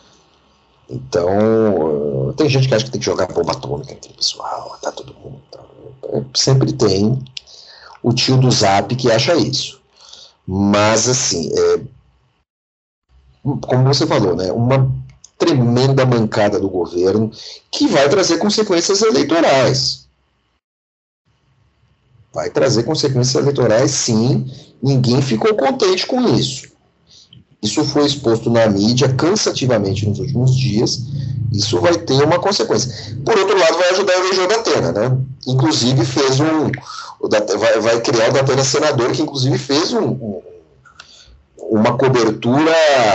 Speaker 1: então, tem gente que acha que tem que jogar bomba atômica entre o pessoal, tá todo mundo. Tá, sempre tem o tio do Zap que acha isso. Mas, assim, é, como você falou, né? Uma tremenda mancada do governo que vai trazer consequências eleitorais. Vai trazer consequências eleitorais, sim. Ninguém ficou contente com isso. Isso foi exposto na mídia cansativamente nos últimos dias. Isso vai ter uma consequência. Por outro lado, vai ajudar a eleger o Datena, né? Inclusive fez um... O Datena, vai, vai criar o Datena senador, que inclusive fez um, um, uma cobertura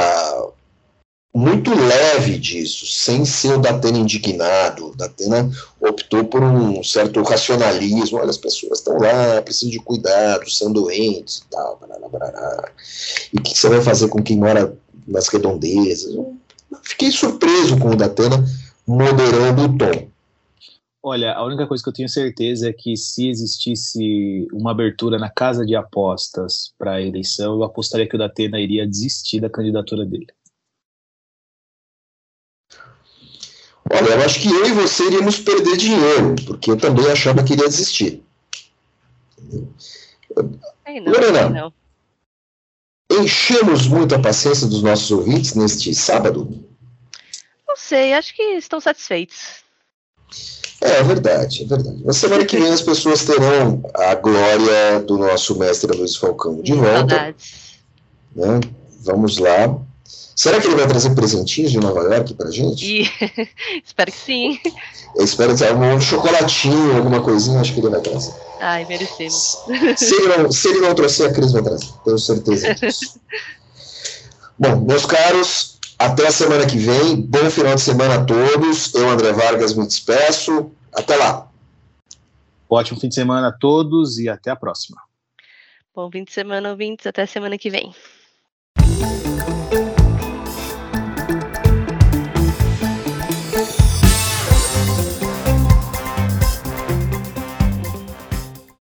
Speaker 1: muito leve disso, sem ser o Datena indignado. O Datena optou por um certo racionalismo. Olha, as pessoas estão lá, precisam de cuidado, são doentes e tal. Barará, barará. E o que você vai fazer com quem mora nas redondezas? Eu fiquei surpreso com o Datena moderando o tom.
Speaker 2: Olha, a única coisa que eu tenho certeza é que se existisse uma abertura na casa de apostas para a eleição, eu apostaria que o Datena iria desistir da candidatura dele.
Speaker 1: Olha, eu acho que eu e você iríamos perder dinheiro, porque eu também achava que iria desistir.
Speaker 3: Ai, não,
Speaker 1: Lorena,
Speaker 3: não.
Speaker 1: enchemos muito a paciência dos nossos ouvintes neste sábado?
Speaker 3: Não sei, acho que estão satisfeitos.
Speaker 1: É, é verdade, é verdade. Na semana que vem as pessoas terão a glória do nosso mestre Luiz Falcão de volta.
Speaker 3: Saudades.
Speaker 1: Né? Vamos lá. Será que ele vai trazer presentinhos de Nova York pra gente?
Speaker 3: E... espero que sim.
Speaker 1: Eu espero que um chocolatinho, alguma coisinha, acho que ele vai trazer.
Speaker 3: Ai, merecemos.
Speaker 1: Se ele não, se ele não trouxer, a Cris vai trazer, tenho certeza disso. Bom, meus caros, até a semana que vem. Bom final de semana a todos. Eu, André Vargas, me despeço. Até lá.
Speaker 2: Ótimo fim de semana a todos e até a próxima.
Speaker 3: Bom fim de semana, ouvintes. Até semana que vem.